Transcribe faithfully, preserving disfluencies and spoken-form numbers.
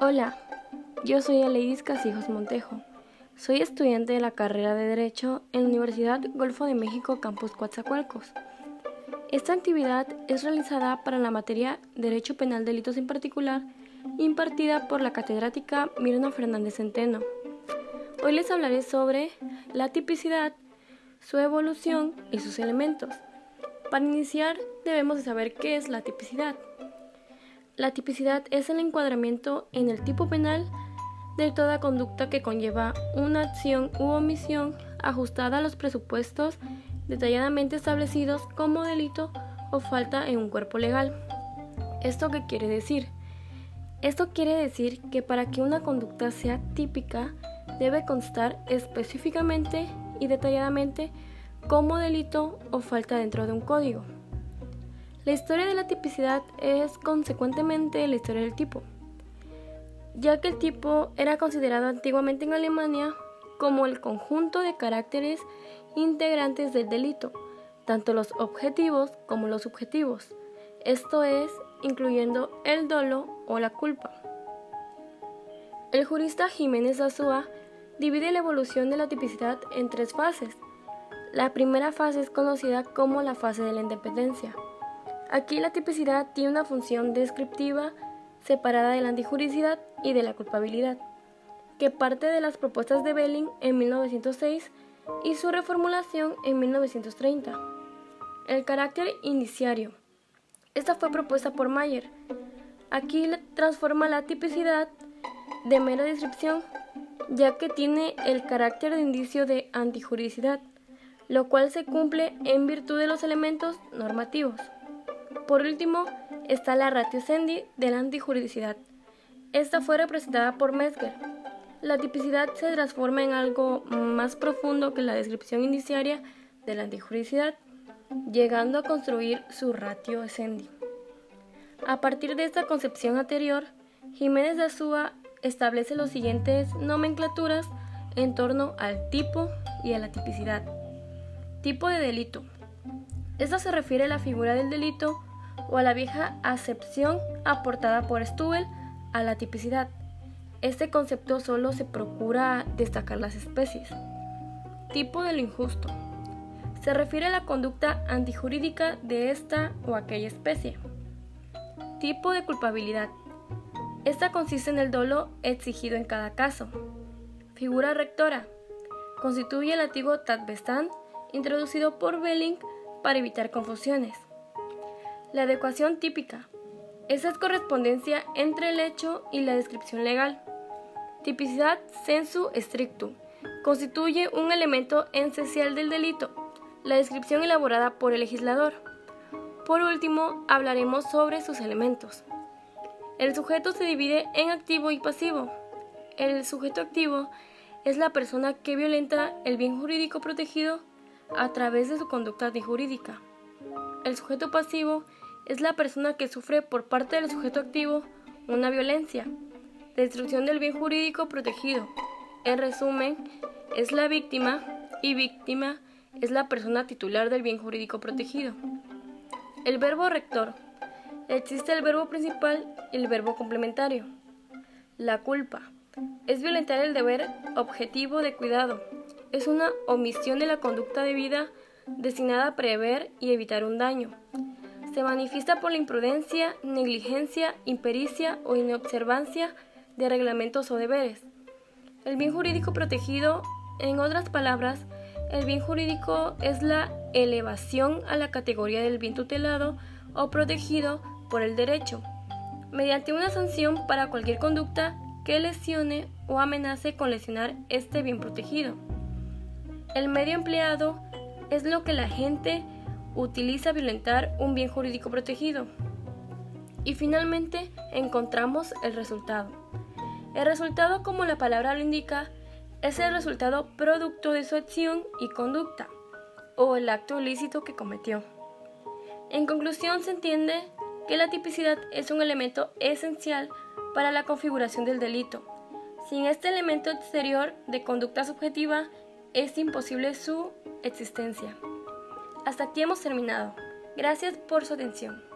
Hola, yo soy Aleidis Casijos Montejo. Soy estudiante de la carrera de Derecho en la Universidad Golfo de México, Campus Coatzacoalcos. Esta actividad es realizada para la materia Derecho Penal Delitos en Particular, impartida por la catedrática Mirna Fernández Centeno. Hoy les hablaré sobre la tipicidad, su evolución y sus elementos. Para iniciar, debemos de saber qué es la tipicidad. La tipicidad es el encuadramiento en el tipo penal de toda conducta que conlleva una acción u omisión ajustada a los presupuestos detalladamente establecidos como delito o falta en un cuerpo legal. ¿Esto qué quiere decir? Esto quiere decir que para que una conducta sea típica debe constar específicamente y detalladamente como delito o falta dentro de un código. La historia de la tipicidad es consecuentemente la historia del tipo, ya que el tipo era considerado antiguamente en Alemania como el conjunto de caracteres integrantes del delito, tanto los objetivos como los subjetivos, esto es, incluyendo el dolo o la culpa. El jurista Jiménez de Azúa divide la evolución de la tipicidad en tres fases. La primera fase es conocida como la fase de la independencia. Aquí la tipicidad tiene una función descriptiva separada de la antijuricidad y de la culpabilidad, que parte de las propuestas de Belling en mil novecientos seis y su reformulación en mil novecientos treinta. El carácter indiciario. Esta fue propuesta por Mayer. Aquí transforma la tipicidad de mera descripción, ya que tiene el carácter de indicio de antijuricidad, lo cual se cumple en virtud de los elementos normativos. Por último, está la ratio scendi de la antijuridicidad. Esta fue representada por Metzger. La tipicidad se transforma en algo más profundo que la descripción indiciaria de la antijuridicidad, llegando a construir su ratio scendi. A partir de esta concepción anterior, Jiménez de Azúa establece las siguientes nomenclaturas en torno al tipo y a la tipicidad. Tipo de delito. Esta se refiere a la figura del delito o a la vieja acepción aportada por Stubbel a la tipicidad. Este concepto solo se procura destacar las especies. Tipo de lo injusto. Se refiere a la conducta antijurídica de esta o aquella especie. Tipo de culpabilidad. Esta consiste en el dolo exigido en cada caso. Figura rectora. Constituye el antiguo Tatbestand introducido por Belling para evitar confusiones. La adecuación típica. Esa es correspondencia entre el hecho y la descripción legal. Tipicidad sensu stricto. Constituye un elemento esencial del delito, la descripción elaborada por el legislador. Por último, hablaremos sobre sus elementos. El sujeto se divide en activo y pasivo. El sujeto activo es la persona que violenta el bien jurídico protegido a través de su conducta antijurídica. El sujeto pasivo es la persona que sufre por parte del sujeto activo una violencia, destrucción del bien jurídico protegido. En resumen, es la víctima y víctima es la persona titular del bien jurídico protegido. El verbo rector. Existe el verbo principal y el verbo complementario. La culpa es violentar el deber objetivo de cuidado. Es una omisión de la conducta debida destinada a prever y evitar un daño. Se manifiesta por la imprudencia, negligencia, impericia o inobservancia de reglamentos o deberes. El bien jurídico protegido, en otras palabras, el bien jurídico es la elevación a la categoría del bien tutelado o protegido por el derecho, mediante una sanción para cualquier conducta que lesione o amenace con lesionar este bien protegido. El medio empleado es lo que la gente utiliza a violentar un bien jurídico protegido. Y finalmente encontramos el resultado. El resultado, como la palabra lo indica, es el resultado producto de su acción y conducta, o el acto ilícito que cometió. En conclusión, se entiende que la tipicidad es un elemento esencial para la configuración del delito. Sin este elemento exterior de conducta subjetiva, es imposible su existencia. Hasta aquí hemos terminado. Gracias por su atención.